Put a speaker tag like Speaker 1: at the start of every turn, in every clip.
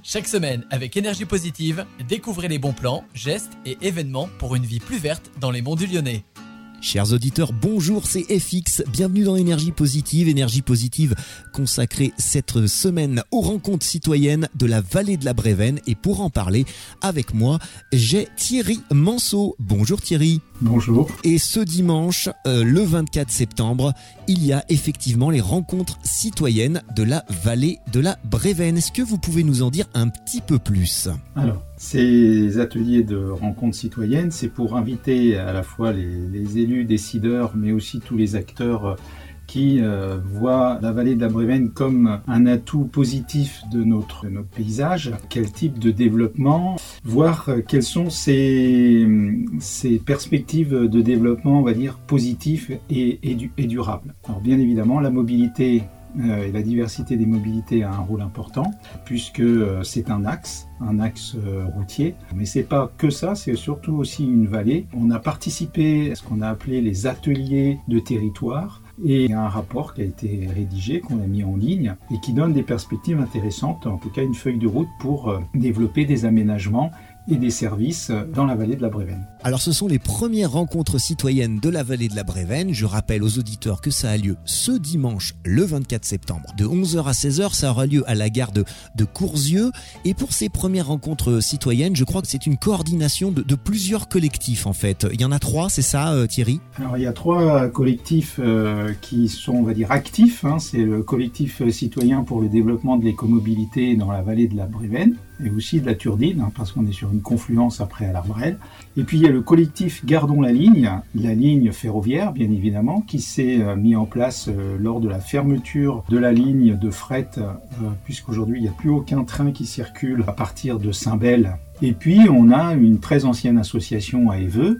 Speaker 1: Chaque semaine, avec Énergie Positive, découvrez les bons plans, gestes et événements pour une vie plus verte dans les monts du Lyonnais.
Speaker 2: Chers auditeurs, bonjour, c'est FX, bienvenue dans Énergie Positive consacrée cette semaine aux rencontres citoyennes de la vallée de la Brévenne. Et pour en parler avec moi, j'ai Thierry Manceau. Bonjour Thierry.
Speaker 3: Bonjour.
Speaker 2: Et ce dimanche, le 24 septembre, il y a effectivement les rencontres citoyennes de la vallée de la Brévenne. Est-ce que vous pouvez nous en dire un petit peu plus ?
Speaker 3: Alors, ces ateliers de rencontres citoyennes, c'est pour inviter à la fois les élus, décideurs, mais aussi tous les acteurs qui voient la vallée de la Brévenne comme un atout positif de notre paysage. Quel type de développement, voir quelles sont ces perspectives de développement, on va dire, positifs et durables. Alors bien évidemment, la mobilité et la diversité des mobilités a un rôle important puisque c'est un axe routier. Mais c'est pas que ça, c'est surtout aussi une vallée. On a participé à ce qu'on a appelé les ateliers de territoire. Et il y a un rapport qui a été rédigé, qu'on a mis en ligne et qui donne des perspectives intéressantes, en tout cas une feuille de route pour développer des aménagements et des services dans la vallée de la Brévenne.
Speaker 2: Alors ce sont les premières rencontres citoyennes de la vallée de la Brévenne. Je rappelle aux auditeurs que ça a lieu ce dimanche, le 24 septembre, de 11h à 16h. Ça aura lieu à la gare de Courzieux. Et pour ces premières rencontres citoyennes, je crois que c'est une coordination de plusieurs collectifs en fait. Il y en a 3, c'est ça Thierry ?
Speaker 3: Alors il y a 3 collectifs qui sont, on va dire, actifs. C'est le collectif citoyen pour le développement de l'écomobilité dans la vallée de la Brévenne et aussi de la Turdine, parce qu'on est sur une confluence après à l'Arbrel. Et puis il y a le collectif Gardons la ligne ferroviaire bien évidemment, qui s'est mis en place lors de la fermeture de la ligne de fret, puisqu'aujourd'hui il n'y a plus aucun train qui circule à partir de Saint-Bel. Et puis on a une très ancienne association à Éveux,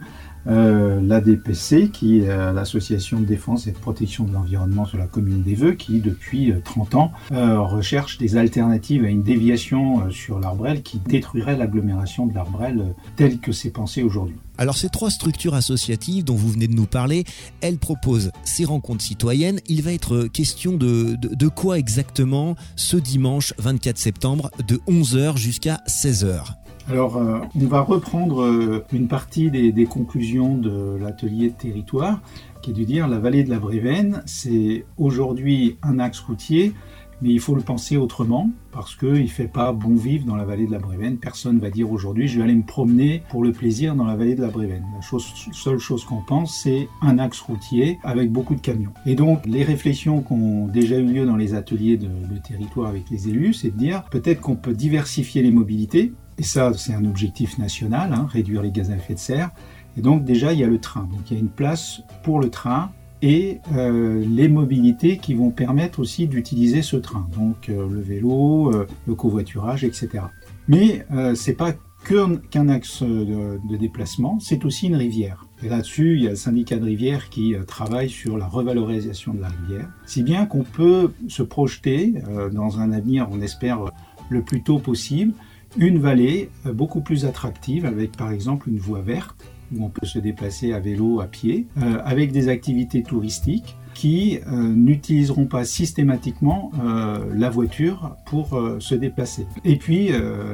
Speaker 3: l'ADPC, qui est l'association de défense et de protection de l'environnement sur la commune d'Éveux, qui depuis 30 ans recherche des alternatives à une déviation sur l'Arbrel qui détruirait l'agglomération de l'Arbrel telle que c'est pensé aujourd'hui.
Speaker 2: Alors ces 3 structures associatives dont vous venez de nous parler, elles proposent ces rencontres citoyennes. Il va être question de quoi exactement ce dimanche 24 septembre de 11h jusqu'à 16h ?
Speaker 3: Alors, on va reprendre une partie des conclusions de l'atelier de territoire, qui est de dire la vallée de la Brévenne, c'est aujourd'hui un axe routier, mais il faut le penser autrement, parce qu'il ne fait pas bon vivre dans la vallée de la Brévenne. Personne ne va dire aujourd'hui, je vais aller me promener pour le plaisir dans la vallée de la Brévenne. La seule chose qu'on pense, c'est un axe routier avec beaucoup de camions. Et donc, les réflexions qui ont déjà eu lieu dans les ateliers de territoire avec les élus, c'est de dire peut-être qu'on peut diversifier les mobilités. Et ça, c'est un objectif national, réduire les gaz à effet de serre. Et donc déjà, il y a le train. Donc il y a une place pour le train et les mobilités qui vont permettre aussi d'utiliser ce train. Donc le vélo, le covoiturage, etc. Mais c'est pas qu'un axe de déplacement, c'est aussi une rivière. Et là-dessus, il y a le syndicat de rivière qui travaille sur la revalorisation de la rivière. Si bien qu'on peut se projeter dans un avenir, on espère, le plus tôt possible, une vallée beaucoup plus attractive avec par exemple une voie verte où on peut se déplacer à vélo, à pied, avec des activités touristiques qui n'utiliseront pas systématiquement la voiture pour se déplacer. Et puis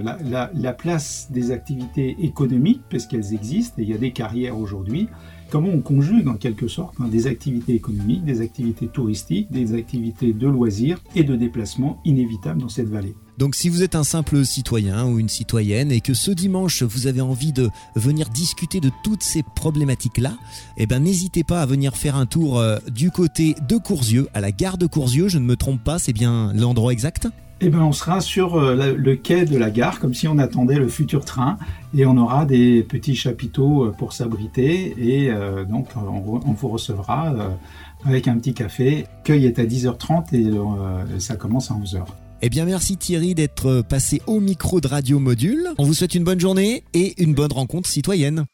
Speaker 3: la place des activités économiques, parce qu'elles existent, et il y a des carrières aujourd'hui, comment on conjugue en quelque sorte des activités économiques, des activités touristiques, des activités de loisirs et de déplacement inévitables dans cette vallée.
Speaker 2: Donc si vous êtes un simple citoyen ou une citoyenne et que ce dimanche vous avez envie de venir discuter de toutes ces problématiques-là, n'hésitez pas à venir faire un tour du côté de Courzieux, à la gare de Courzieux, je ne me trompe pas, c'est bien l'endroit exact ?
Speaker 3: On sera sur le quai de la gare, comme si on attendait le futur train, et on aura des petits chapiteaux pour s'abriter, et donc on vous recevra avec un petit café. L'accueil est à 10h30 et ça commence à 11h.
Speaker 2: Eh bien, merci Thierry d'être passé au micro de Radio Module. On vous souhaite une bonne journée et une bonne rencontre citoyenne.